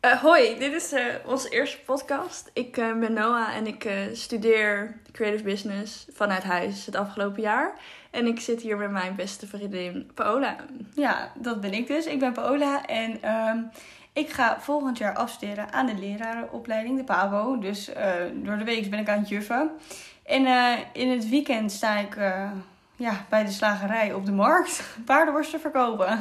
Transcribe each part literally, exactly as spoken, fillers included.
Uh, hoi, dit is uh, onze eerste podcast. Ik uh, ben Noah en ik uh, studeer creative business vanuit huis het afgelopen jaar. En ik zit hier met mijn beste vriendin Paola. Ja, dat ben ik dus. Ik ben Paola en uh, ik ga volgend jaar afstuderen aan de lerarenopleiding, de PABO. Dus uh, door de week ben ik aan het juffen. En uh, in het weekend sta ik uh, ja, bij de slagerij op de markt paardenworsten verkopen.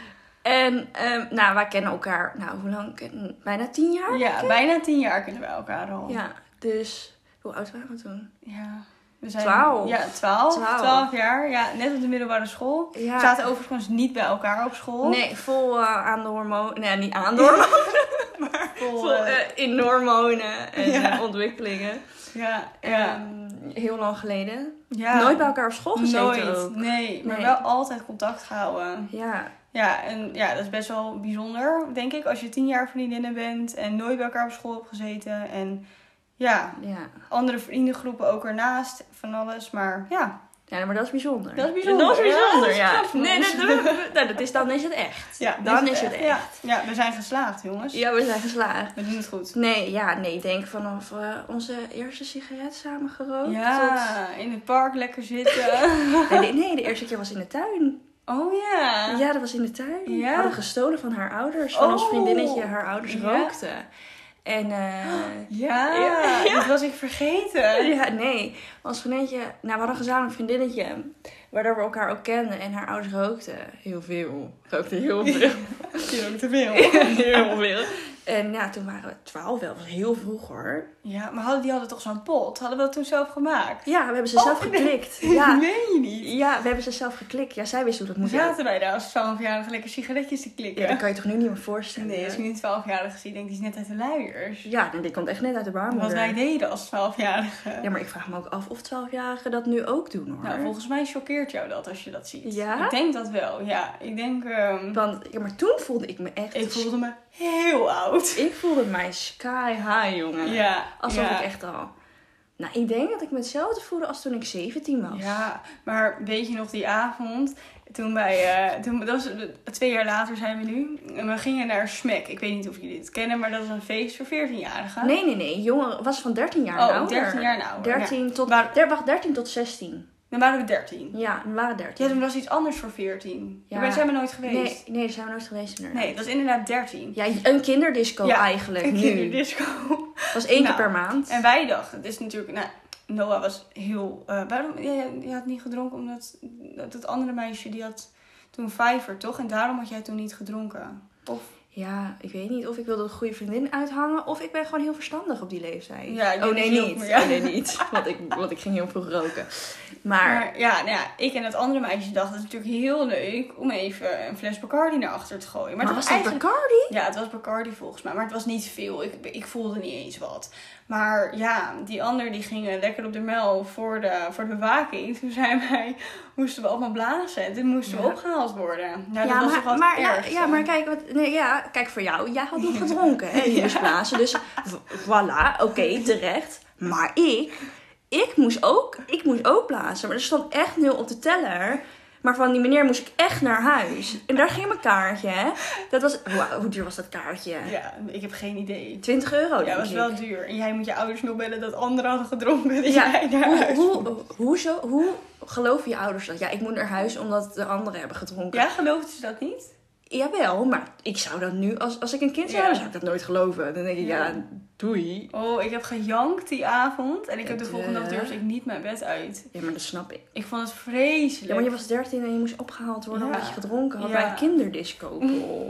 En um, nou, wij kennen elkaar, nou hoe lang? Bijna tien jaar? Ja, denk? bijna tien jaar kennen wij elkaar al. Ja, dus hoe oud waren we toen? Ja, we zijn, twaalf. Ja, twaalf. Twaalf. Twaalf jaar. Ja, net op de middelbare school. Ja. We zaten overigens niet bij elkaar op school. Nee, vol uh, aan de hormonen. Nee, niet aan de hormonen. maar vol, vol uh, in de hormonen en ja. ontwikkelingen. Ja, ja. Um, heel lang geleden. Ja. Nooit bij elkaar op school gezeten Nooit, ook. Nee, maar nee. wel altijd contact gehouden. Ja. Ja, en ja, dat is best wel bijzonder, denk ik, als je tien jaar vriendinnen bent en nooit bij elkaar op school hebt gezeten. En ja, ja. andere vriendengroepen ook ernaast, van alles, maar ja. Ja, maar dat is bijzonder. Dat is bijzonder. Dat is bijzonder, ja. ja. ja. Nee, dat, dat, dat, dat is, dan is het echt. Ja, dan is is het het echt. echt. Ja. ja, we zijn geslaagd, jongens. Ja, we zijn geslaagd. We doen het goed. Nee, ja, nee, ik denk vanaf uh, onze eerste sigaret samen gerookt. Ja, tot... in het park lekker zitten. nee, nee, de eerste keer was in de tuin. Oh ja. Ja, dat was in de tuin. Ja. We hadden gestolen van haar ouders. Van oh. ons vriendinnetje, haar ouders ja. rookten. En uh, ja, ja, dat was ik vergeten. Ja, nee. Ons vriendinnetje, nou, we hadden een gezamenlijk vriendinnetje. Waardoor we elkaar ook kenden. En haar ouders rookten heel veel. Rookten heel veel. Je rookte veel. heel veel. En ja, toen waren we twaalf wel. Dat was heel vroeg hoor. Ja, maar hadden, die hadden toch zo'n pot? Hadden we dat toen zelf gemaakt? Ja, we hebben ze oh, zelf nee. geklikt. Ja. Meen je niet? Ja, we hebben ze zelf geklikt. Ja, zij wist hoe dat moest. We zaten bij daar als twaalfjarige lekker sigaretjes te klikken. Ja, dat kan je toch nu niet meer voorstellen? Nee, als je nu twaalfjarige ziet, denk je, die is net uit de luiers. Ja, die komt echt net uit de baarmoeder. Wat wij deden als twaalfjarige. Ja, maar ik vraag me ook af of twaalfjarigen dat nu ook doen hoor. Nou, volgens mij choqueert jou dat als je dat ziet. Ja? Ik denk dat wel, ja. Ik denk... Um... Want, ja, maar toen voelde ik me echt... Ik voelde me heel oud. Ik voelde mij sky high, jongen. Ja. Alsof ja. ik echt al... Nou, ik denk dat ik me hetzelfde voelde als toen ik zeventien was. Ja, maar weet je nog die avond... Toen wij, uh, toen, dat was, twee jaar later zijn we nu. En we gingen naar Smack. Ik weet niet of jullie het kennen, maar dat is een feest voor veertienjarigen. Nee, nee, nee. Jongen was van dertien jaar oh, ouder. dertien jaar ouder. dertien ja. tot, maar, der, wacht, dertien tot zestien. Dan waren we dertien. Ja, we waren dertien. Ja, toen was iets anders voor veertien. Ja. Daar zijn we nooit geweest. Nee, nee, daar zijn we nooit geweest inderdaad. Nee, dat is inderdaad dertien. Ja, een kinderdisco ja, eigenlijk een nu. kinderdisco. Dat was één nou, keer per maand. En wij dachten, het is natuurlijk... Nou, Noah was heel... Uh, waarom? Je, je had niet gedronken omdat... Dat, dat andere meisje, die had toen vijver, toch? En daarom had jij toen niet gedronken. Of... Ja, ik weet niet of ik wilde een goede vriendin uithangen. Of ik ben gewoon heel verstandig op die leeftijd. Ja, oh nee, niet. niet. Ja. Oh nee, niet. Want ik, want ik ging heel vroeg roken. Maar, maar ja, nou ja, ik en dat andere meisje dachten het is natuurlijk heel leuk om even een fles Bacardi naar achter te gooien. Maar, maar het was, was dat eigenlijk... Bacardi? Ja, het was Bacardi volgens mij. Maar het was niet veel. Ik, ik voelde niet eens wat. Maar ja, die ander die gingen lekker op de mel voor de, voor de bewaking. Toen zijn wij, moesten we allemaal blazen. En toen moesten ja. we opgehaald worden. Nou, ja, dat was maar, toch maar, erg, ja, ja, maar kijk, wat, nee, ja, kijk voor jou. Jij had nog gedronken, hè? Je moest blazen. Dus voilà, oké, okay, terecht. Maar ik, ik moest, ook, ik moest ook blazen. Maar er stond echt nul op de teller. Maar van die meneer moest ik echt naar huis. En daar ging mijn kaartje, hè. Dat was... Wow, hoe duur was dat kaartje? Ja, ik heb geen idee. twintig euro, Ja, dat was ik. wel duur. En jij moet je ouders nog bellen dat anderen hadden gedronken. Dus ja, jij naar hoe, huis hoe, hoezo, hoe geloven je ouders dat? Ja, ik moet naar huis omdat de anderen hebben gedronken. Ja, geloofden ze dat niet? Jawel, maar ik zou dat nu... Als, als ik een kind zou hebben, ja. zou ik dat nooit geloven. Dan denk ik, ja, ja doei. Oh, ik heb gejankt die avond. En ik heb de volgende dag durfde ik niet mijn bed uit. Ja, maar dat snap ik. Ik vond het vreselijk. Ja, maar je was dertien en je moest opgehaald worden ja. omdat je gedronken had ja. bij een kinderdisco.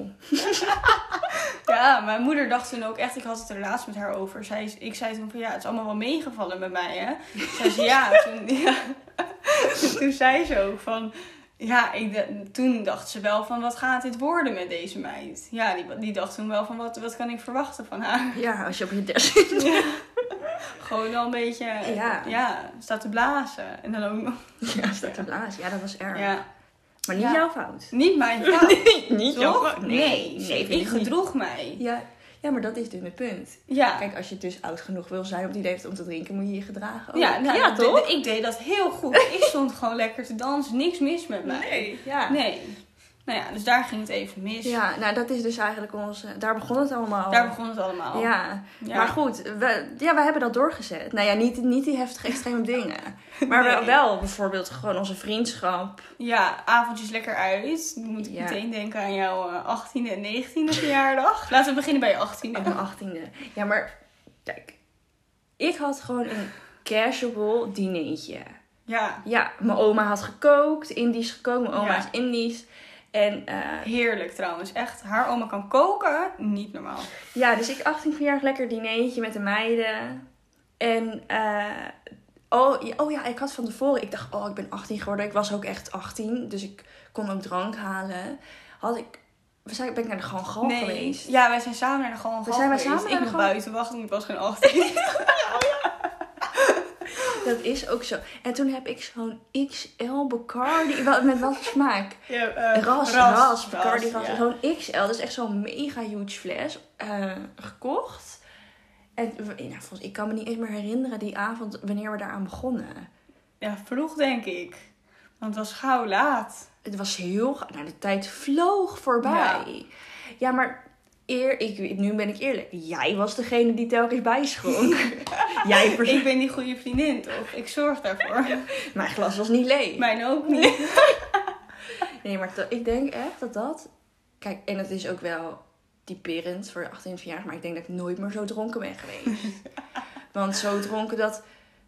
Ja, mijn moeder dacht toen ook echt... Ik had het er laatst met haar over. Zij, ik zei toen van ja, het is allemaal wel meegevallen met mij, hè. Zij zei ja. Toen, ja. Toen zei ze ook van... Ja, ik de, toen dacht ze wel van, wat gaat dit worden met deze meid? Ja, die, die dacht toen wel van, wat, wat kan ik verwachten van haar? Ja, als je op je dertiende ja. Gewoon al een beetje, ja. ja, staat te blazen. En dan ook nog. Ja, staat te blazen. Ja, dat was erg. Ja. Maar niet ja. jouw fout. Niet mijn fout. nee, niet Toch? jouw fout. Nee, nee, nee ik gedroeg niet. mij. Ja. Ja, maar dat is dus het punt. Ja. Kijk, als je dus oud genoeg wil zijn op die leeftijd om te drinken, moet je je gedragen. Ook. Ja, nou, ja, toch? Ik deed dat heel goed. Ik stond gewoon lekker te dansen. Niks mis met mij. Nee. Ja. Nee. Nou ja, dus daar ging het even mis. Ja, nou dat is dus eigenlijk onze... Daar begon het allemaal. Daar begon het allemaal. Ja, Ja. maar goed. We, ja, we hebben dat doorgezet. Nou ja, niet, niet die heftige extreme dingen. Maar Nee. wel, wel bijvoorbeeld gewoon onze vriendschap. Ja, avondjes lekker uit. Dan moet ik Ja. meteen denken aan jouw eh, achttiende en negentiende verjaardag. Laten we beginnen bij je achttiende. Op mijn achttiende. Ja, maar kijk. Ik had gewoon een casual dinertje. Ja, Ja, mijn oma had gekookt. Indisch gekookt. Mijn oma Ja. is Indisch. En uh, heerlijk trouwens. Echt, haar oma kan koken. Niet normaal. ja, dus ik achttien verjaardag lekker dinertje met de meiden. En uh, oh, ja, oh ja, ik had van tevoren... Ik dacht, oh, ik ben achttien geworden. Ik was ook echt achttien. Dus ik kon ook drank halen. Had ik... We zijn, ben ik naar de Gewoon Gal Nee. geweest. Ja, wij zijn samen naar de Gewoon We Gal zijn wij geweest. samen Ik naar de nog Gal- buiten wachten, ik was geen achttien. Dat is ook zo. En toen heb ik zo'n X L Bacardi... Wel, met wat voor smaak? Ja, eh, Ras, ras, ras, Bacardi ras. ja. Zo'n X L, dat is echt zo'n mega huge fles. Uh, gekocht. En nou, volgens, ik kan me niet eens meer herinneren die avond wanneer we daaraan begonnen. Ja, vroeg denk ik. Want het was gauw laat. Het was heel... Nou, de tijd vloog voorbij. Ja, ja maar... Eer, ik, nu ben ik eerlijk. Jij was degene die telkens bijschonk. Jij pers- Ik ben die goede vriendin, toch? Ik zorg daarvoor. Mijn glas was niet leeg. Mijn ook niet. Nee, maar to- ik denk echt dat dat... Kijk, en het is ook wel typerend voor je achttiende verjaardag. Maar ik denk dat ik nooit meer zo dronken ben geweest. Want zo dronken dat...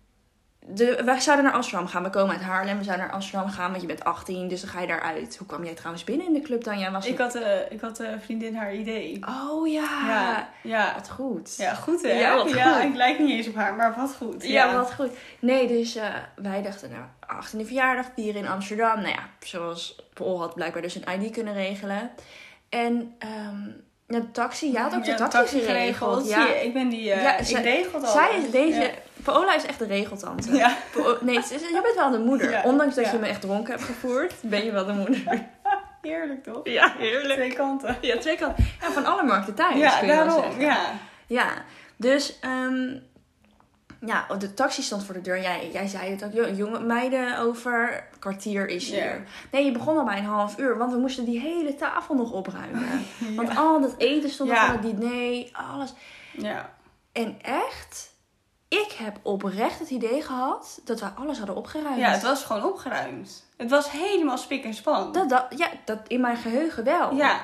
De, wij zouden naar Amsterdam gaan. We komen uit Haarlem. We zouden naar Amsterdam gaan, want je bent achttien. Dus dan ga je daaruit. Hoe kwam jij trouwens binnen in de club dan? Jij was Ik had, uh, ik had uh, vriendin haar idee. Oh ja. Ja, ja. Wat goed. Ja, goed hè? Ja, wat ja, goed. ik lijk niet eens op haar, maar wat goed. Ja, ja wat goed. Nee, dus uh, wij dachten, nou, achttiende verjaardag, vieren in Amsterdam. Nou ja, zoals Paul had blijkbaar dus een I D kunnen regelen. En um, ja, de taxi, ja, had ook de ja, taxi, taxi geregeld. geregeld. Ja. Zie je, ik ben die, uh, ja, ik zij, regel het al. Zij is deze, ja. Paola is echt de regeltante. Ja. Pa- nee, het is, je bent wel de moeder. Ja. Ondanks dat ja. je me echt dronken hebt gevoerd, ben je wel de moeder. Heerlijk toch? Ja, heerlijk. Twee kanten. Ja, twee kanten. Ja, van alle markten thuis, Ja, kun je wel daarom. zeggen. Ja. Ja, dus um, ja, de taxi stond voor de deur. Jij, jij zei het ook, jonge meiden over een kwartier is hier. Ja. Nee, je begon al bij een half uur, want we moesten die hele tafel nog opruimen. Ja. Want al dat eten stond nog Ja. van het diner, alles. Ja. En echt, ik heb oprecht het idee gehad dat we alles hadden opgeruimd. Ja, het was gewoon opgeruimd. Het was helemaal spik en span. Dat, dat, ja, dat in mijn geheugen wel. Ja.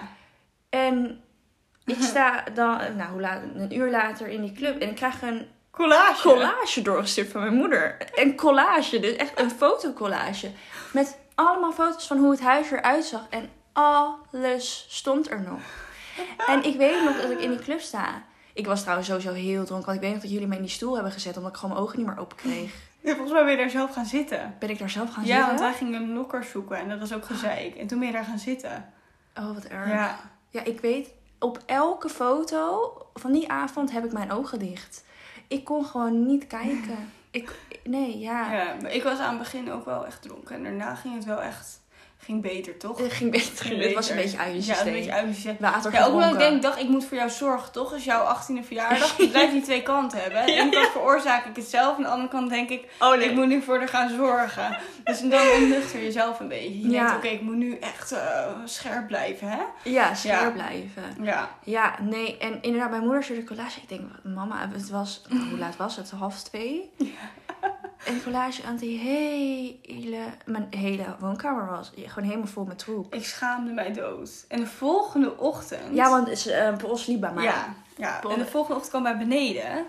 En ik sta dan, nou, hoe laat, een uur later in die club en ik krijg een Collage. collage doorgestuurd van mijn moeder. Een collage, dus echt een fotocollage. Met allemaal foto's van hoe het huis eruit zag. En alles stond er nog. En ik weet nog dat ik in die club sta. Ik was trouwens sowieso heel dronken. Want ik weet nog dat jullie me in die stoel hebben gezet. Omdat ik gewoon mijn ogen niet meer open kreeg. Ja, volgens mij ben je daar zelf gaan zitten. Ben ik daar zelf gaan Ja, zitten? want wij gingen een lokker zoeken. En dat was ook gezeik. En toen ben je daar gaan zitten. Oh, wat erg. Ja. Ja, ik weet... Op elke foto van die avond heb ik mijn ogen dicht. Ik kon gewoon niet kijken. Ik, nee, ja. Ja, maar ik was aan het begin ook wel echt dronken. En daarna ging het wel echt... Ging beter, toch? Het ging beter. Ging Het was een beter. beetje uit je Ja, systeem. een beetje uit je systeem. Water Ja, ook omdat ik gedronken. denk, dacht, ik moet voor jou zorgen, toch? Als jouw achttiende verjaardag, je blijft die twee kanten hebben. Aan de ene kant veroorzaak ik het zelf. Aan de andere kant denk ik, Oh, nee. ik moet nu voor haar gaan zorgen. Dus dan ontnuchter je zelf een beetje. Je Ja. denkt, oké, ik moet nu echt uh, scherp blijven, hè? Ja, scherp Ja. blijven. Ja. Ja, nee. En inderdaad, mijn moeder stuurde collage. Ik denk, mama, het was... Hoe laat was het? Half twee? Ja. En collage aan die hele... Mijn hele woonkamer was gewoon helemaal vol met troep. Ik schaamde mij dood. En de volgende ochtend... Ja, want het is uh, Paul sliep bij mij. Ja, ja. Paul- En de volgende ochtend kwam wij beneden.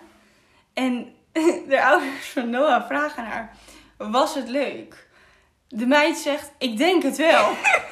En de ouders van Noah vragen haar, was het leuk? De meid zegt, ik denk het wel.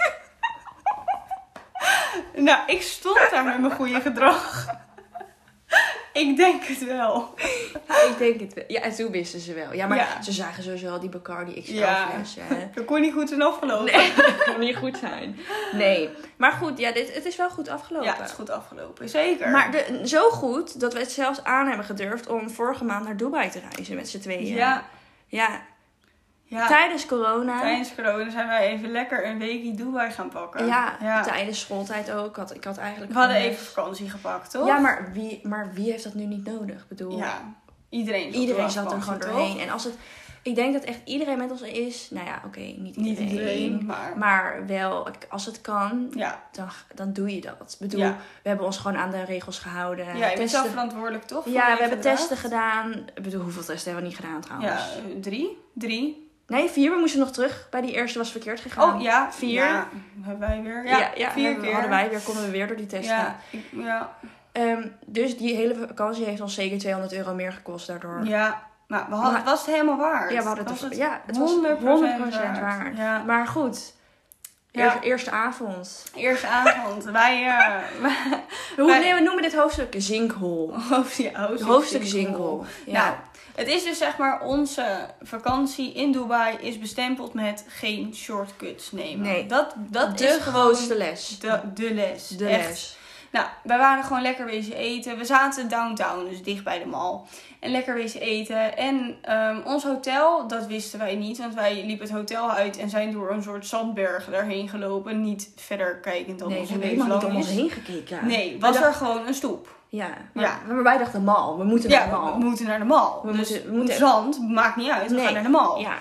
Nou, ik stond daar met mijn goede gedrag. Ik denk het wel. Ja, ik denk het wel. Ja, en toen wisten ze wel. Ja, maar Ja. ze zagen sowieso al die Bacardi X L Ja. flessen. Dat kon niet goed zijn afgelopen. Nee, dat kon niet goed zijn. Nee. Maar goed, ja, dit, het is wel goed afgelopen. Ja, het is goed afgelopen. Zeker. Maar de, zo goed dat we het zelfs aan hebben gedurfd om vorige maand naar Dubai te reizen met z'n tweeën. Ja. Ja. Ja. Tijdens corona. Tijdens corona zijn wij even lekker een weekje Dubai gaan pakken. Ja, Ja. tijdens schooltijd ook. Ik had, ik had eigenlijk... We hadden gewoon- even vakantie gepakt, toch? Ja, maar wie, maar wie heeft dat nu niet nodig? Ik bedoel, Ja, iedereen zat, iedereen er zat er vakantie, gewoon toch? doorheen. En als het... Ik denk dat echt iedereen met ons is. Nou ja, oké, okay, niet iedereen. Niet iedereen, maar... Maar wel, als het kan, ja. dan, dan doe je dat. Ik bedoel, ja. we hebben ons gewoon aan de regels gehouden. Ja, je bent testen... zelf verantwoordelijk, toch? Ja, we hebben testen gedaan. Ik bedoel, hoeveel testen hebben we niet gedaan trouwens? Ja, drie. Drie. Nee, vier. We moesten nog terug. Bij die eerste was verkeerd gegaan. Oh ja, vier. Ja, hebben wij weer. Ja, ja, ja vier hebben, keer. Hadden wij weer, konden we weer door die testen. Ja, ik, ja. Um, dus die hele vakantie heeft ons zeker tweehonderd euro meer gekost daardoor. Ja, maar we hadden, maar, was het helemaal waard? Ja, we hadden was het, het ja, het honderd procent was honderd procent waard. waard. Ja. Maar goed, ja. eerste, eerste avond. Eerste avond. wij, uh, wij, Hoe wij, nee, we noemen dit hoofdstuk zinkhol. Hoofdstuk, hoofdstuk, hoofdstuk zinkhol. Ja. Nou, het is dus zeg maar onze vakantie in Dubai is bestempeld met geen shortcuts nemen. Nee, dat, dat de is grootste les. De, de les. De Echt. les. Nou, wij waren gewoon lekker wezen eten. We zaten downtown, dus dicht bij de mall. En lekker wezen eten. En um, ons hotel, dat wisten wij niet. Want wij liepen het hotel uit en zijn door een soort zandberg daarheen gelopen. Niet verder kijkend dan nee, onze we neus hebben lang niet om ons is. heen gekeken. Nee, was dacht... er gewoon een stoep. Ja, maar, ja. maar wij dachten mall. We moeten ja, naar de mall. we moeten naar de mall. We dus moeten, we moeten... zand, maakt niet uit. We nee. gaan naar de mall. Ja.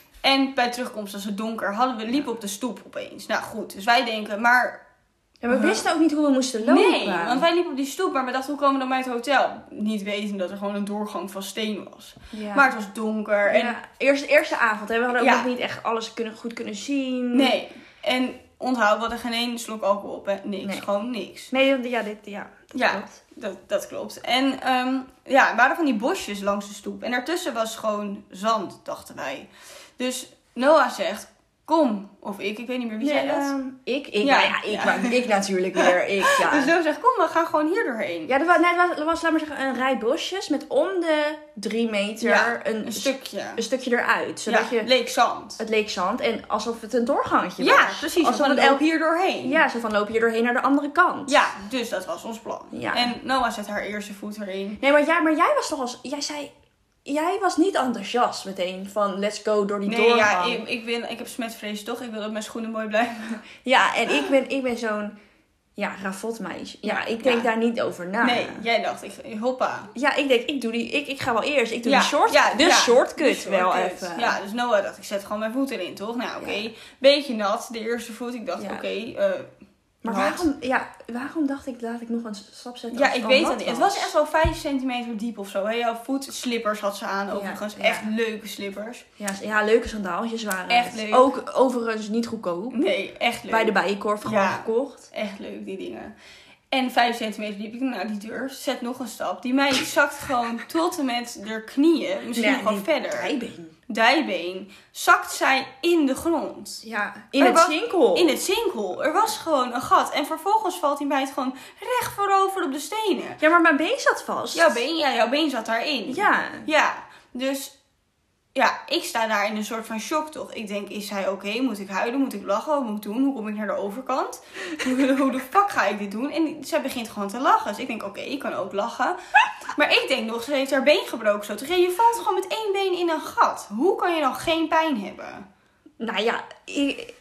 En bij terugkomst was het donker. Hadden we liepen op de stoep opeens. Nou goed, dus wij denken, maar... Ja, we wisten ook niet hoe we moesten lopen. Nee, want wij liepen op die stoep, maar we dachten, hoe komen we dan bij het hotel? Niet weten dat er gewoon een doorgang van steen was. Ja. Maar het was donker. En... Ja, eerste, eerste avond. Hè? We hadden ook ja. nog niet echt alles kunnen, goed kunnen zien. Nee, en onthoud, we hadden geen één slok alcohol op, hè? Niks, nee. Gewoon niks. Nee, ja, dit, ja, dat ja, klopt. Dat, dat klopt. En um, ja, er waren van die bosjes langs de stoep. En daartussen was gewoon zand, dachten wij. Dus Noah zegt... Kom, of ik, ik weet niet meer wie zei nee, dat. Um, ik, ik, ja, nou ja, ik, ja. ik natuurlijk weer, ik, ja. Dus Noah zegt, kom, we gaan gewoon hier doorheen. Ja, er was, nee, er was, er was, laat maar zeggen, een rij bosjes met om de drie meter ja, een, een stukje. Een stukje eruit. Zodat ja, je, leek zand. Het leek zand en alsof het een doorgangetje ja, was. Ja, precies. Alsof we lopen hier doorheen. Ja, zo van loop je doorheen naar de andere kant. Ja, dus dat was ons plan. Ja. En Noah zet haar eerste voet erin. Nee, maar, ja, maar jij was toch als... Jij zei... Jij was niet enthousiast meteen van let's go door die nee, doorgang. Nee, ja, ik, ik, ben, ik heb smetvrees toch? Ik wil dat mijn schoenen mooi blijven. Ja, en ik ben, ik ben zo'n ja, rafotmeisje. Ja, ja, ik denk ja. daar niet over na. Nee, jij dacht, ik, hoppa. Ja, ik denk, ik doe die, ik, ik ga wel eerst. Ik doe ja, die short, ja, de ja, shortcut de wel shortcut. even. Ja, dus Noah dacht, ik zet gewoon mijn voet erin, toch? Nou, oké. Okay. Ja. Beetje nat, de eerste voet. Ik dacht, ja. oké. Okay, uh, Maar waarom, ja, waarom dacht ik, laat ik nog een stap zetten? Ja, ik weet het niet. Het was echt wel vijf centimeter diep of zo. Hè? Jouw voetslippers had ze aan. Overigens, ja, ja. echt leuke slippers. Ja, ja, leuke sandaaltjes waren echt het. leuk. Ook overigens niet goedkoop. Nee, echt leuk. Bij de Bijenkorf gewoon ja, gekocht. Echt leuk, die dingen. En vijf centimeter diep. Ik nou, die deur. Zet nog een stap. Die meid zakt gewoon tot en met haar knieën. Misschien nee, nog wel verder. Dijbeen. Dijbeen. Zakt zij in de grond. Ja, in er het was, zinkhol. In het zinkhol. Er was gewoon een gat. En vervolgens valt die meid gewoon recht voorover op de stenen. Ja, maar mijn been zat vast. Jouw been, ja, jouw been zat daarin. Ja. Ja, dus... Ja, ik sta daar in een soort van shock toch. Ik denk, is hij oké? Okay? Moet ik huilen? Moet ik lachen? Wat moet ik doen? Hoe kom ik naar de overkant? Hoe de fuck ga ik dit doen? En zij begint gewoon te lachen. Dus ik denk, oké, okay, ik kan ook lachen. Maar ik denk nog, ze heeft haar been gebroken zo. Toen je valt gewoon met één been in een gat. Hoe kan je dan geen pijn hebben? Nou ja, ik,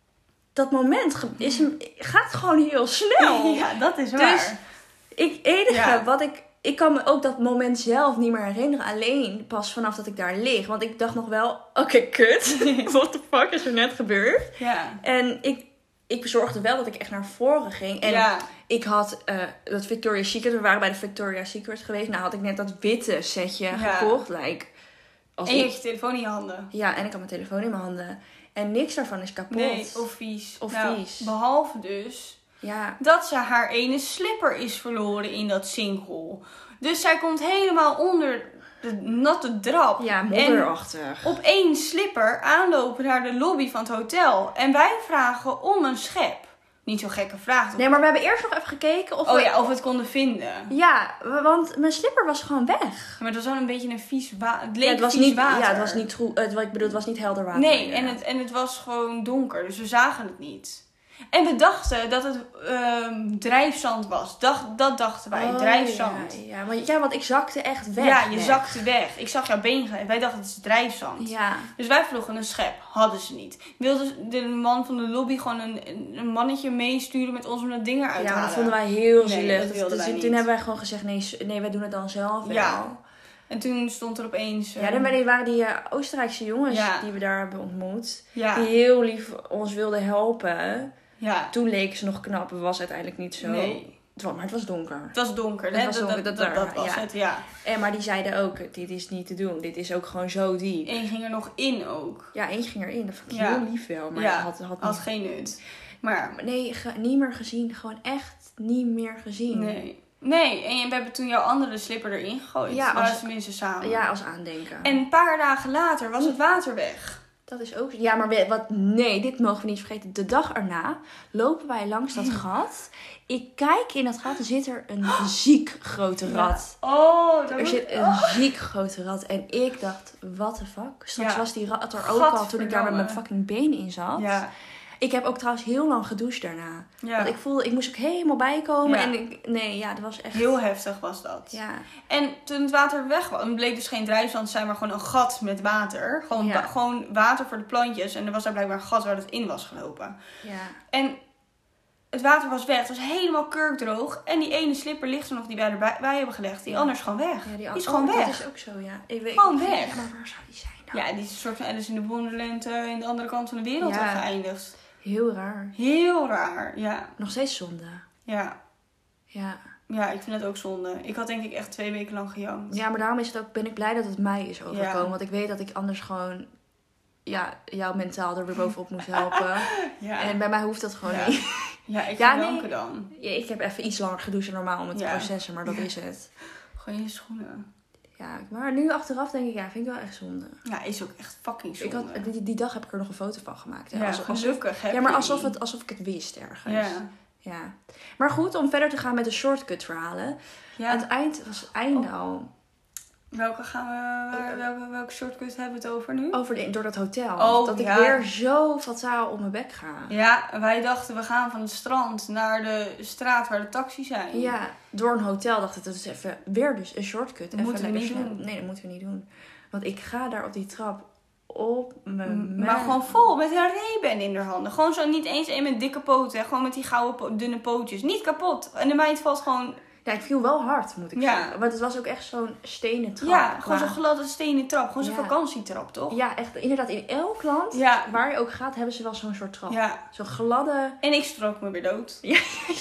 dat moment is, gaat gewoon heel snel. Ja, dat is waar. Dus ik, enige ja. wat ik... Ik kan me ook dat moment zelf niet meer herinneren. Alleen pas vanaf dat ik daar lig. Want ik dacht nog wel, oké, okay, kut. What the fuck is er net gebeurd? Ja. En ik, ik zorgde wel dat ik echt naar voren ging. En ja. ik had uh, dat Victoria's Secret. We waren bij de Victoria's Secret geweest. Nou had ik net dat witte setje ja. gekocht. Like, als en je had je telefoon in je handen. Ja, en ik had mijn telefoon in mijn handen. En niks daarvan is kapot. Nee, of vies. Of nou, vies. Behalve dus... Ja. Dat ze haar ene slipper is verloren in dat sinkhol. Dus zij komt helemaal onder de natte drap. Ja, modderachtig. En op één slipper aanlopen naar de lobby van het hotel. En wij vragen om een schep. Niet zo'n gekke vraag. Toch? Nee, maar we hebben eerst nog even gekeken of oh, we... ja, of we het konden vinden. Ja, want mijn slipper was gewoon weg. Maar het was wel een beetje een vies water. Het leek ja, het was vies niet, water. Ja, het was niet goed. Ik bedoel, het was niet helder water. Nee, ja. en, het, en het was gewoon donker. Dus we zagen het niet. En we dachten dat het um, drijfzand was. Dacht, dat dachten wij, oh, drijfzand. Ja, ja, want, ja, want ik zakte echt weg. Ja, je weg. zakte weg. Ik zag jouw been gaan. Wij dachten het is drijfzand. Ja. Dus wij vroegen een schep. Hadden ze niet. Wilde de man van de lobby gewoon een, een mannetje meesturen met ons om dat ding eruit te halen? Ja, dat vonden wij heel nee, zielig. Dat wilden dus wij toen niet. hebben wij gewoon gezegd, nee, nee, wij doen het dan zelf wel. Ja. En toen stond er opeens... Uh... Ja, dan waren die uh, Oostenrijkse jongens ja. die we daar hebben ontmoet. Ja. Die heel lief ons wilden helpen. Ja. Toen leken ze nog knap. Dat was uiteindelijk niet zo. Nee. Het was, maar het was donker. Het was donker. Het hè? was Dat, donker, dat, dat, dat, dat dat was ja. het, ja. En, maar die zeiden ook, dit is niet te doen. Dit is ook gewoon zo diep. Eén ging er nog in ook. Ja, eentje ging erin. Dat vond ik ja. heel lief wel. Maar ja. had, had, had niet... geen nut. Maar... Nee, ge... niet meer gezien. Gewoon echt niet meer gezien. Nee. Nee, en we hebben toen jouw andere slipper erin gegooid. Ja, als... als... tenminste samen. Ja, als aandenken. En een paar dagen later was het water weg. Dat is ook... Ja, maar we, wat, nee, dit mogen we niet vergeten. De dag erna lopen wij langs dat gat. Ik kijk in dat gat. Er zit er een ziek grote rat. Ja. Oh, dat Er zit een oh. ziek grote rat. En ik dacht, what the fuck? Straks Ja. was die rat er ook al toen ik daar met mijn fucking been in zat. Ja. Ik heb ook trouwens heel lang gedoucht daarna. Ja. Want ik voelde, ik moest ook helemaal bijkomen. Ja. En ik, nee, ja, dat was echt... Heel heftig was dat. Ja. En toen het water weg was, het bleek dus geen drijfzand te zijn, maar gewoon een gat met water. Gewoon, Ja. wa- gewoon water voor de plantjes. En er was daar blijkbaar een gat waar het in was gelopen. Ja. En het water was weg. Het was helemaal kurkdroog. En die ene slipper ligt er nog die wij erbij wij hebben gelegd. Die Ja. ander is gewoon weg. Ja, die, an- is gewoon oh, weg. Dat is ook zo, ja. Ik weet, Gewoon ik weet- weg. Ja, maar waar zou die zijn dan? Ja, die is een soort van Alice in de Wonderland uh, in de andere kant van de wereld Ja. geëindigd. Heel raar. Heel raar, ja. Nog steeds zonde. Ja. Ja. Ja, ik vind het ook zonde. Ik had denk ik echt twee weken lang gejankt. Ja, maar daarom is het ook, ben ik blij dat het mij is overkomen. Ja. Want ik weet dat ik anders gewoon... Ja, jou mentaal er weer bovenop moest helpen. Ja. En bij mij hoeft dat gewoon Ja. niet. Ja, ik Ja, ga nee. janken dan. Ja, ik heb even iets langer gedoucht dan normaal om het te Ja. processen, maar dat is het. Gewoon je schoenen. Ja, maar nu achteraf denk ik, ja, vind ik wel echt zonde. Ja, is ook echt fucking zonde. Ik had, die, die dag heb ik er nog een foto van gemaakt. Hè? Ja, Alsof- alsof- gelukkig heb ja, maar je alsof, die. het, alsof ik het wist ergens. Ja. Ja. Maar goed, om verder te gaan met de shortcut verhalen. Ja. Het eind was het einde Oh. al. Welke gaan we, waar- welke, welke shortcut hebben we het over nu? Over de, door dat hotel. Oh, dat ik ja. weer zo fataal op mijn bek ga. Ja, wij dachten we gaan van het strand naar de straat waar de taxis zijn. Ja, door een hotel dacht ik, dat is even weer dus een shortcut. Dat Even moeten we lekker niet snel. doen. Nee, dat moeten we niet doen. Want ik ga daar op die trap op mijn M- Maar gewoon vol, met een Ray-Ban in haar handen. Gewoon zo, niet eens een met dikke poten. hè. Gewoon met die gouden po- dunne pootjes. Niet kapot. En de meid valt gewoon... Ja, ik viel wel hard, moet ik Ja. zeggen. Want het was ook echt zo'n stenen trap. Ja, gewoon Maar- zo'n gladde stenen trap. Gewoon zo'n Ja. vakantietrap, toch? Ja, echt. Inderdaad, in elk land Ja. waar je ook gaat, hebben ze wel zo'n soort trap. Ja. Zo'n gladde... En ik strook me weer dood. Ja,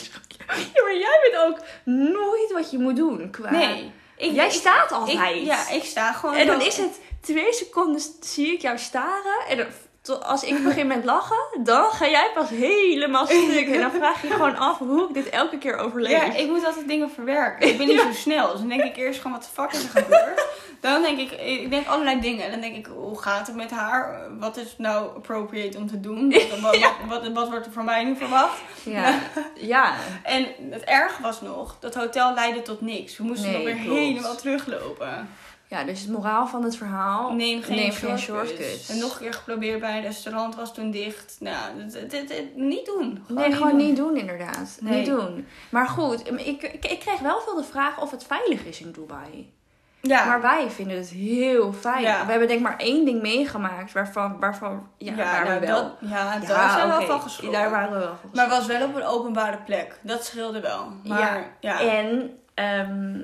ja, maar jij weet ook nooit wat je moet doen. Qua... Nee. Ik, Jij ik- staat ik- altijd. Ja, ik sta gewoon... En dan zo- is het twee seconden zie ik jou staren. En dan, tot- als ik begin met lachen, dan ga jij pas helemaal stuk. En dan vraag je je gewoon af hoe ik dit elke keer overleef. Ja, ik moet altijd dingen verwerken. Ik ben niet zo snel. Dus dan denk ik eerst gewoon, wat de fuck is er gebeurd? Dan denk ik, ik denk allerlei dingen. En dan denk ik, hoe gaat het met haar? Wat is nou appropriate om te doen? Wat, wat, wat, wat, wat wordt er van mij nu verwacht? Ja. Ja. En het erge was nog, dat hotel leidde tot niks. We moesten Nee, nog weer klopt. helemaal teruglopen. Ja, dus het moraal van het verhaal. Neem geen, Neem shortcuts. shortcuts. En nog een keer geprobeerd bij een restaurant, was toen dicht. Nou, dit, dit, dit- niet doen. Gewoon Nee, niet gewoon doen. niet doen inderdaad. Nee. Niet doen. Maar goed, ik, ik, ik kreeg wel veel de vraag of het veilig is in Dubai. Ja. Maar wij vinden het heel veilig. Ja. We hebben denk ik maar één ding meegemaakt waarvan, waarvan ja, ja, waar nou, we wel... dat, ja, daar Ja, zijn we oké. wel van geschrokken. Daar waren we wel van Maar het was wel op een openbare plek. Dat scheelde wel. Maar, Ja. ja. En ehm,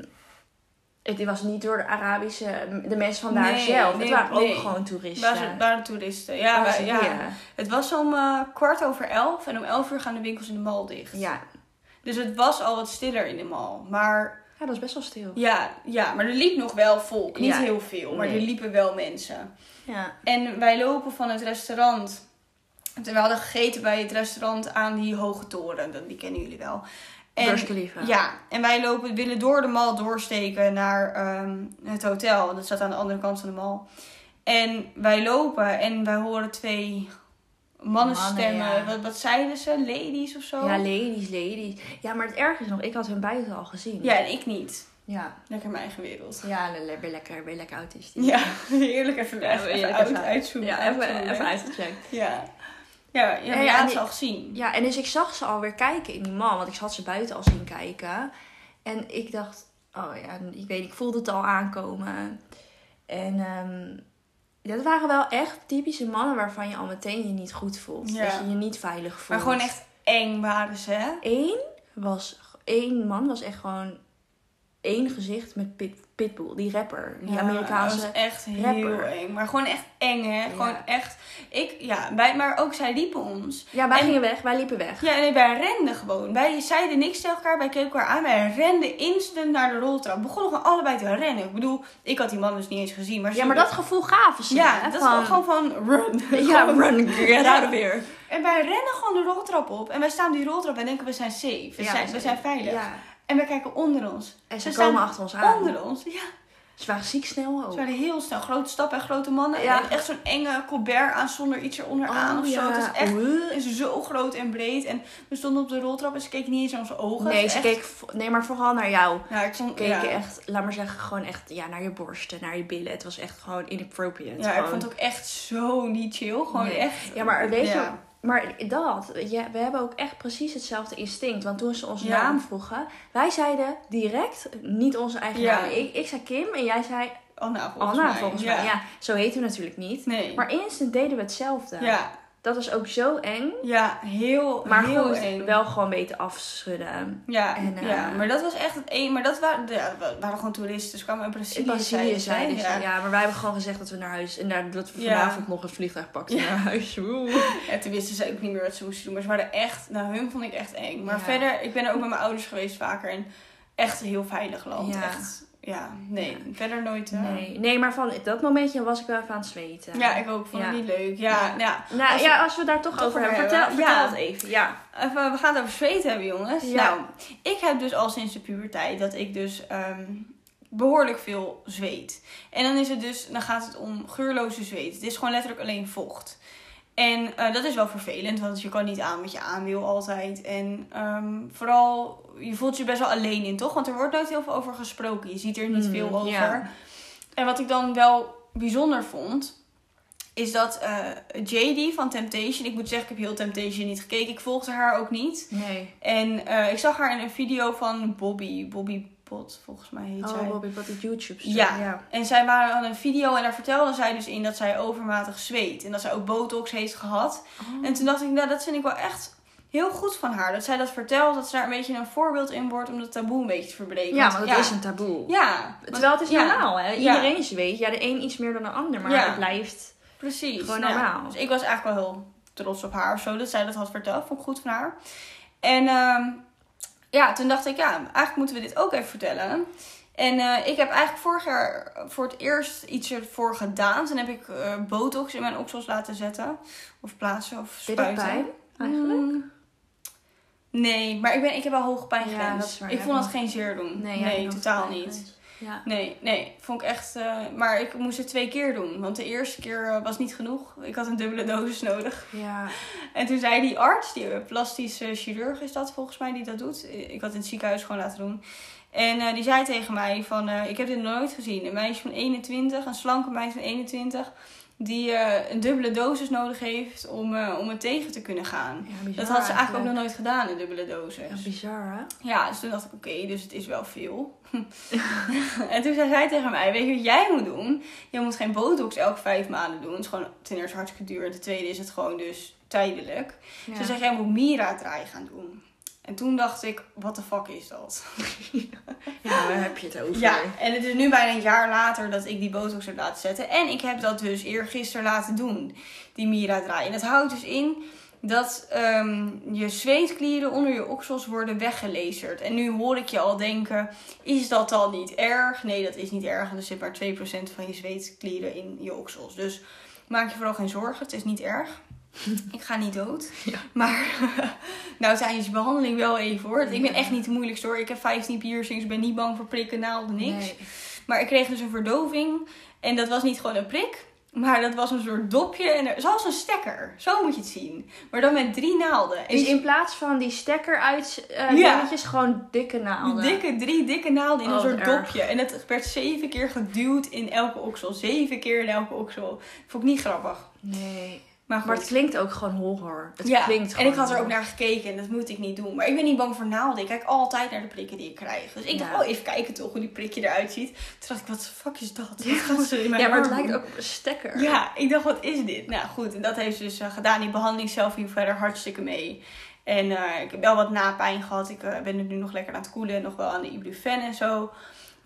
het was niet door de Arabische, de mensen van daar Nee, zelf. nee, het waren nee. ook gewoon toeristen. Waar ze- waren toeristen. Ja, Waar wij- ze- ja. ja. Het was om eh, kwart over elf. En om elf uur gaan de winkels in de mall dicht. Ja. Dus het was al wat stiller in de mall. Maar Ja, dat is best wel stil. ja, ja, maar er liep nog wel volk. Niet Ja. heel veel. Maar Nee. er liepen wel mensen. Ja. En wij lopen van het restaurant. We hadden gegeten bij het restaurant aan die hoge toren. Dat- Die kennen jullie wel. Burj Khalifa. Ja, en wij lopen, willen door de mall doorsteken naar ehm, het hotel. Dat staat aan de andere kant van de mall. En wij lopen en wij horen twee mannenstemmen. Mannen, ja. wat, wat zeiden ze? Ladies of zo? Ja, ladies, ladies. Ja, maar het ergste is nog, ik had hun buiten al gezien. Ja, en ik niet. Ja. Lekker mijn eigen wereld. Ja, le- le- weer lekker, weer lekker autistisch. Ja, heerlijk even, Ja, even, eerlijk uit, even- uitzoomen. Ja, even, uitzoomen. even uitgecheckt. Ja. Ja, ja, maar Ja, je en had die- ze al gezien. Ja, en dus ik zag ze alweer kijken in die mall. Want ik had ze buiten al zien kijken. En ik dacht, oh ja, ik weet ik voelde het al aankomen. En ehm dat waren wel echt typische mannen waarvan je al meteen je niet goed voelt. Ja. Dat je je niet veilig voelt. Maar gewoon echt eng waren ze, hè? Eén was, één man was echt gewoon één gezicht met pit, Pitbull, die rapper. Die Ja, Amerikaanse dat was echt heel rapper. eng. Maar gewoon echt eng, hè. Ja. Gewoon echt... Ik, ja, wij, maar ook zij liepen ons. Ja, wij En- gingen weg. Wij liepen weg. Ja, nee, wij renden gewoon. Wij zeiden niks tegen elkaar, wij keken elkaar aan. Wij renden instant naar de roltrap. We begonnen gewoon allebei te rennen. Ik bedoel, ik had die man dus niet eens gezien. Maar, Ja, maar dat gevoel gaven ze. Ja, hè, dat van- is gewoon van run. Ja, Gewoon- run, get out of here. En wij rennen gewoon de roltrap op. En wij staan die roltrap en denken we zijn safe. We, Ja, zijn, ze- we zijn veilig. Ja. En wij kijken onder ons. En ze Ze komen staan achter ons aan. Onder ons, ja. Ze waren ziek snel ook. Ze waren heel snel. Grote stappen en grote mannen. Ja. En echt zo'n enge Colbert aan zonder iets eronder aan Oh, of zo. ja. Het is echt Oeh. het is zo groot en breed. En we stonden op de roltrap en ze keken niet eens naar onze ogen. Nee, Het ze is echt- keek, vo- nee, maar vooral naar jou. Ja, ik vond, Keken ja. echt, laat maar zeggen, gewoon echt ja, naar je borsten, naar je billen. Het was echt gewoon inappropriate. Ja, ik gewoon. vond het ook echt zo niet chill. Gewoon Nee. echt. Ja, maar weet je, Ja. maar dat, ja, we hebben ook echt precies hetzelfde instinct. Want toen ze onze Ja. naam vroegen, wij zeiden direct niet onze eigen Ja. naam. Ik, ik zei Kim en jij zei Anna, volgens Anna, mij. volgens ja. mij. Ja, zo heten we natuurlijk niet. Nee. Maar instant deden we hetzelfde. ja. Dat was ook zo eng. ja, heel, Maar heel goed, eng. wel gewoon weten afschudden. Ja, En, eh, ja, maar dat was echt het een. Maar dat waren, ja, we waren gewoon toeristen. Ze kwamen uit Brazilië. In Brazilië zeiden ze. ja. Ja, maar wij hebben gewoon gezegd dat we naar huis. En daar- dat we Ja. vanavond nog een vliegtuig pakten Ja. naar huis. Oeh. En toen wisten ze ook niet meer wat ze moesten doen. Maar ze waren echt, nou hun vond ik echt eng. Maar Ja. verder, ik ben er ook met mijn ouders geweest vaker. En echt een heel veilig land. Ja. Echt, ja, nee, Ja. verder nooit. eh. Nee. nee, maar van dat momentje was ik wel even aan het zweten. Ja, ik ook. Vond Ja. het niet leuk. Ja, ja. Ja. Nou Als- ja, als we daar toch, toch over over hebben. Vertel, hebben. vertel Ja. het even. Ja. Even, we gaan het over zweten hebben, jongens. Ja. Nou, ik heb dus al sinds de puberteit dat ik dus ehm, behoorlijk veel zweet. En dan is het dus, dan gaat het om geurloze zweet. Het is gewoon letterlijk alleen vocht. En eh, dat is wel vervelend, want je kan niet aan wat je aan wil altijd. En ehm, vooral, je voelt je best wel alleen in, toch? Want er wordt nooit heel veel over gesproken. Je ziet er niet Hmm, veel over. ja. En wat ik dan wel bijzonder vond, is dat eh J D van Temptation, ik moet zeggen, ik heb heel Temptation niet gekeken. Ik volgde haar ook niet. Nee. En eh, ik zag haar in een video van Bobby. Bobby Pot, volgens mij heet zij. Oh, Bobby, wat het YouTube stuk. Ja. ja. En zij waren aan een video en daar vertelde zij dus in dat zij overmatig zweet. En dat zij ook botox heeft gehad. Oh. En toen dacht ik, nou dat vind ik wel echt heel goed van haar. Dat zij dat vertelt, dat ze daar een beetje een voorbeeld in wordt om dat taboe een beetje te verbreken. Ja, want het is een taboe. Ja. Terwijl het is ja, normaal, hè? Ja. Iedereen zweet. Ja, de een iets meer dan de ander, maar Ja. het blijft Precies. gewoon Nou ja, normaal. dus ik was eigenlijk wel heel trots op haar of zo, dat zij dat had verteld. Vond ik goed van haar. En ehm, ja, toen dacht ik, ja, eigenlijk moeten we dit ook even vertellen. En eh, ik heb eigenlijk vorig jaar voor het eerst iets ervoor gedaan. Toen heb ik eh, botox in mijn oksels laten zetten. Of plaatsen of Deed dat spuiten. pijn, eigenlijk? Mm, nee, maar ik, ben, ik heb wel hoge pijngrens. Ja, dat is waar. Ik Ja, vond het wel. geen zeer doen. Nee, Nee, ja, totaal dat- niet. Ja. Nee, nee, vond ik echt. eh, maar ik moest het twee keer doen. Want de eerste keer eh, was niet genoeg. Ik had een dubbele dosis nodig. Ja. En toen zei die arts, die eh, plastische chirurg is dat volgens mij die dat doet. Ik had in het ziekenhuis gewoon laten doen. En eh, die zei tegen mij van, eh, ik heb dit nog nooit gezien. Een meisje van eenentwintig, een slanke meisje van eenentwintig, die eh, een dubbele dosis nodig heeft om, eh, om het tegen te kunnen gaan. Ja, bizar Dat had ze eigenlijk ook nog eigenlijk. nooit gedaan, een dubbele dosis. Ja, bizar, hè? Ja, dus toen dacht ik, oké, dus het is wel veel. En toen zei zij tegen mij, weet je wat jij moet doen? Je moet geen botox elke vijf maanden doen. Het is gewoon ten eerste hartstikke duur. En ten tweede is het gewoon dus tijdelijk. Ja. Ze zegt, jij moet Mira-draai gaan doen. En toen dacht ik, what the fuck is dat? Ja, waar heb je het over? Ja, en het is nu bijna een jaar later dat ik die botox heb laten zetten. En ik heb dat dus eergisteren laten doen, die Mira-draai. En dat houdt dus in dat ehm, je zweetklieren onder je oksels worden weggelezerd. En nu hoor ik je al denken, is dat dan niet erg? Nee, dat is niet erg. En er zit maar twee procent van je zweetklieren in je oksels. Dus maak je vooral geen zorgen, het is niet erg. Ik ga niet dood. Ja. Maar nou tijdens de behandeling wel even hoor. Ik ben echt niet de moeilijkste hoor. Ik heb vijftien piercings, ik ben niet bang voor prikken, naalden, niks. Nee. Maar ik kreeg dus een verdoving. En dat was niet gewoon een prik. Maar dat was een soort dopje. En er, zoals een stekker. Zo moet je het zien. Maar dan met drie naalden. En Dus die- in plaats van die stekker uit uh, Ja. dingetjes, gewoon dikke naalden. dikke, drie dikke naalden in Oh, een wat soort erg. dopje. En dat werd zeven keer geduwd in elke oksel. Zeven keer in elke oksel. Vond ik niet grappig. Nee. Maar goed. Maar het klinkt ook gewoon horror. Het Ja, klinkt en gewoon ik had er ook horror. naar gekeken en dat moet ik niet doen. Maar ik ben niet bang voor naalden. Ik kijk altijd naar de prikken die ik krijg. Dus ik Ja. dacht, oh, even kijken toch hoe die prikje eruit ziet. Toen dacht ik, wat de fuck is dat? Wat gaat ze in mijn Ja, maar het arm lijkt doen? ook op een stekker. Ja, ik dacht, wat is dit? Nou goed, en dat heeft ze dus uh, gedaan. Die behandeling zelf hier verder hartstikke mee. En uh, ik heb wel wat napijn gehad. Ik uh, ben er nu nog lekker aan het koelen en nog wel aan de ibuprofen en zo.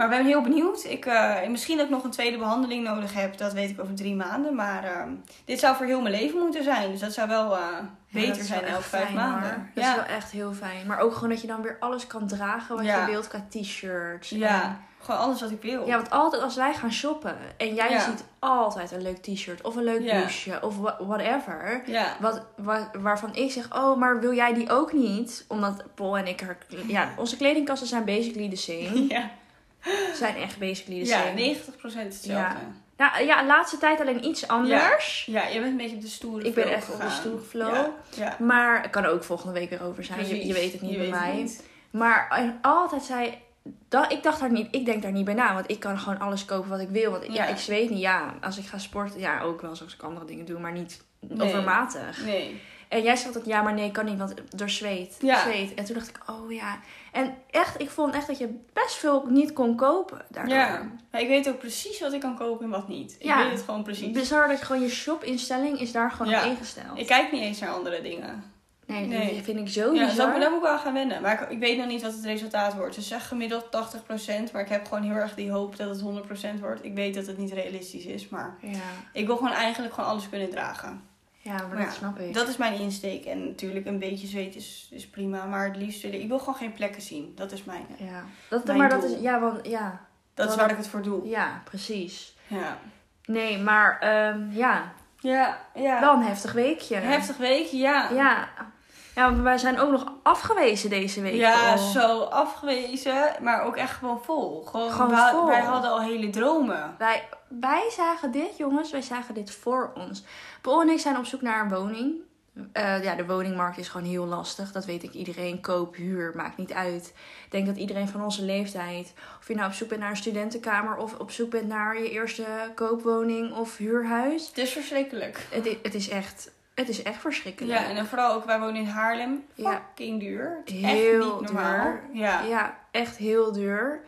Maar ik ben heel benieuwd. Ik, uh, misschien dat ik nog een tweede behandeling nodig heb. Dat weet ik over drie maanden. Maar uh, dit zou voor heel mijn leven moeten zijn. Dus dat zou wel uh, beter ja, zijn elke vijf maanden. Hoor. Dat ja. is wel echt heel fijn. Maar ook gewoon dat je dan weer alles kan dragen wat ja. je wilt qua t-shirts. Ja, en... gewoon alles wat ik wil. Ja, want altijd als wij gaan shoppen en jij ja. ziet altijd een leuk t-shirt of een leuk ja. blouseje of whatever. Ja. Wat, wat, waarvan ik zeg, oh, maar wil jij die ook niet? Omdat Paul en ik, ja, onze kledingkasten zijn basically the same. Ja. Zijn echt basically the ja, same. negentig procent hetzelfde. Ja. Nou, ja, de laatste tijd alleen iets anders. Ja, ja, je bent een beetje op de stoere Ik ben flow echt op de gegaan. stoere flow. Ja. Ja. Maar het kan ook volgende week weer over zijn. Je, je weet het niet je bij weet mij. Het niet. Maar en altijd zei... Dat, ik dacht daar niet... Ik denk daar niet bij na. Want ik kan gewoon alles kopen wat ik wil. Want ja, Ja. ik zweet niet. Ja, als ik ga sporten... Ja, ook wel zoals ik andere dingen doe. Maar niet Nee. overmatig. Nee. En jij zegt dat ja, maar nee, kan niet. Want door zweet. Ja. zweet. En toen dacht ik, oh ja. En echt, ik vond echt dat je best veel niet kon kopen daardoor. Ja. Maar ik weet ook precies wat ik kan kopen en wat niet. Ik Ja. weet het gewoon precies. Bizar dat gewoon je shopinstelling is daar gewoon Ja. op ingesteld. Ik kijk niet eens naar andere dingen. Nee, Nee. dat vind ik zo Ja, bizar. daar moet ik wel aan gaan wennen. Maar ik, ik weet nog niet wat het resultaat wordt. Ze zeggen gemiddeld tachtig procent. Maar ik heb gewoon heel erg die hoop dat het honderd procent wordt. Ik weet dat het niet realistisch is. Maar Ja, ik wil gewoon eigenlijk gewoon alles kunnen dragen. ja maar, Maar dat ja, snap ik. Dat is mijn insteek. En natuurlijk een beetje zweet is, is prima. Maar het liefst wil ik... Ik wil gewoon geen plekken zien. Dat is mijn... Ja, dat, Mijn maar dat doel. is... Ja, want ja. Dat is Dat- waar ik het voor doe. Ja, precies. Ja. Nee, maar ehm, ja, Ja, ja. wel een heftig weekje. Heftig weekje, ja. Ja. Ja, want wij zijn ook nog afgewezen deze week. Ja, Oh. zo afgewezen, maar ook echt gewoon vol. Gewoon, Gewoon wij, vol. wij hadden al hele dromen. Wij, wij zagen dit, jongens. Wij zagen dit voor ons. Paul en ik zijn op zoek naar een woning. Uh, ja, de woningmarkt is gewoon heel lastig. Dat weet ik. Iedereen koop, huur, maakt niet uit. Ik denk dat iedereen van onze leeftijd... Of je nou op zoek bent naar een studentenkamer... of op zoek bent naar je eerste koopwoning of huurhuis. Het is verschrikkelijk. Het, i- het is echt... Het is echt verschrikkelijk. Ja, en dan vooral ook, wij wonen in Haarlem. Ja. Fucking duur. Het is Heel echt niet normaal. duur. Ja. Ja, echt heel duur.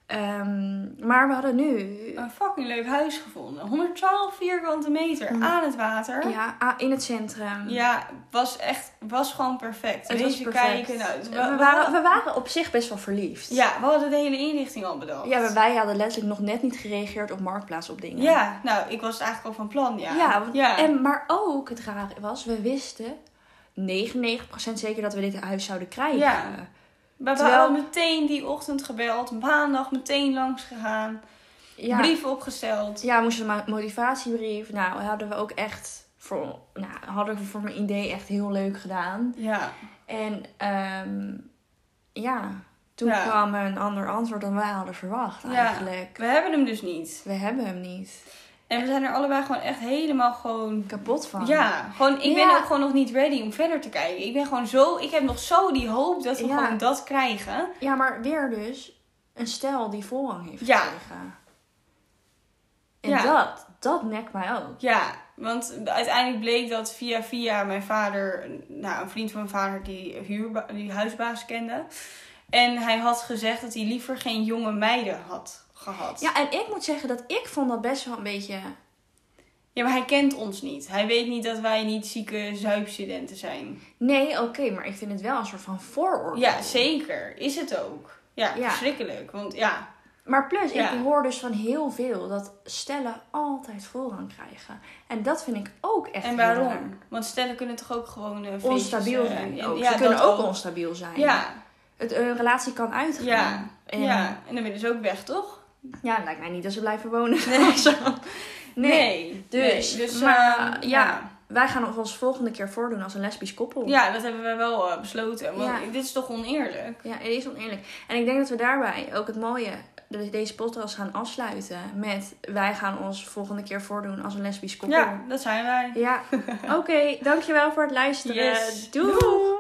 Um, maar we hadden nu... Een fucking leuk huis gevonden. honderdtwaalf vierkante meter Mm. aan het water. Ja, ah, in het centrum. Ja, was echt, was gewoon perfect. Het Wees was je perfect. kijken. Nou, het- we, we, waren, we waren op zich best wel verliefd. Ja, we hadden de hele inrichting al bedacht. Ja, maar wij hadden letterlijk nog net niet gereageerd op Marktplaats op dingen. Ja, nou, ik was het eigenlijk al van plan, ja. Ja, want- ja. En, maar ook het rare was, we wisten negenennegentig procent zeker dat we dit huis zouden krijgen. Ja. We Terwijl- hadden meteen die ochtend gebeld. Maandag meteen langs gegaan. Ja, Brieven opgesteld. ja moesten een motivatiebrief. Nou, hadden we ook echt voor, nou, hadden we voor mijn idee echt heel leuk gedaan. Ja. En um, ja, toen Ja. kwam een ander antwoord dan wij hadden verwacht Ja. eigenlijk. We hebben hem dus niet. We hebben hem niet. En we zijn er allebei gewoon echt helemaal gewoon... Kapot van. Ja, gewoon, ik Ja. ben ook gewoon nog niet ready om verder te kijken. Ik ben gewoon zo... Ik heb nog zo die hoop dat we Ja. gewoon dat krijgen. Ja, maar weer dus een stel die voorrang heeft Ja. gekregen. En Ja. dat, dat nekt mij ook. Ja, want uiteindelijk bleek dat via via mijn vader... Nou, een vriend van mijn vader die, huurba, die huisbaas kende. En hij had gezegd dat hij liever geen jonge meiden had gehad. Ja, en ik moet zeggen dat ik vond dat best wel een beetje... Ja, maar hij kent ons niet. Hij weet niet dat wij niet zieke zuipstudenten zijn. Nee, oké, maar ik vind het wel een soort van vooroordeel. Ja, zeker. Is het ook. Ja, Ja. verschrikkelijk. Want ja, Maar plus, Ja. ik hoor dus van heel veel dat stellen altijd voorrang krijgen. En dat vind ik ook echt en heel waarom? raar. Want stellen kunnen toch ook gewoon uh, feestjes, Onstabiel uh, zijn en- ook. Ja, Ze kunnen dat ook onstabiel zijn. Ja, Het, een relatie kan uitgaan. ja, En, ja. En dan willen ze ook weg, toch? ja, het lijkt mij niet dat ze blijven wonen. Nee. nee. Nee. Dus, Nee, dus maar uh, ja, wij gaan het ons volgende keer voordoen als een lesbisch koppel. Ja, dat hebben we wel uh, besloten. Want Ja. dit is toch oneerlijk? Ja, het is oneerlijk. En ik denk dat we daarbij ook het mooie, de- deze podcast gaan afsluiten met wij gaan ons volgende keer voordoen als een lesbisch koppel. Ja, dat zijn wij. Ja. Oké, dankjewel voor het luisteren. Yes. Doei! Doeg!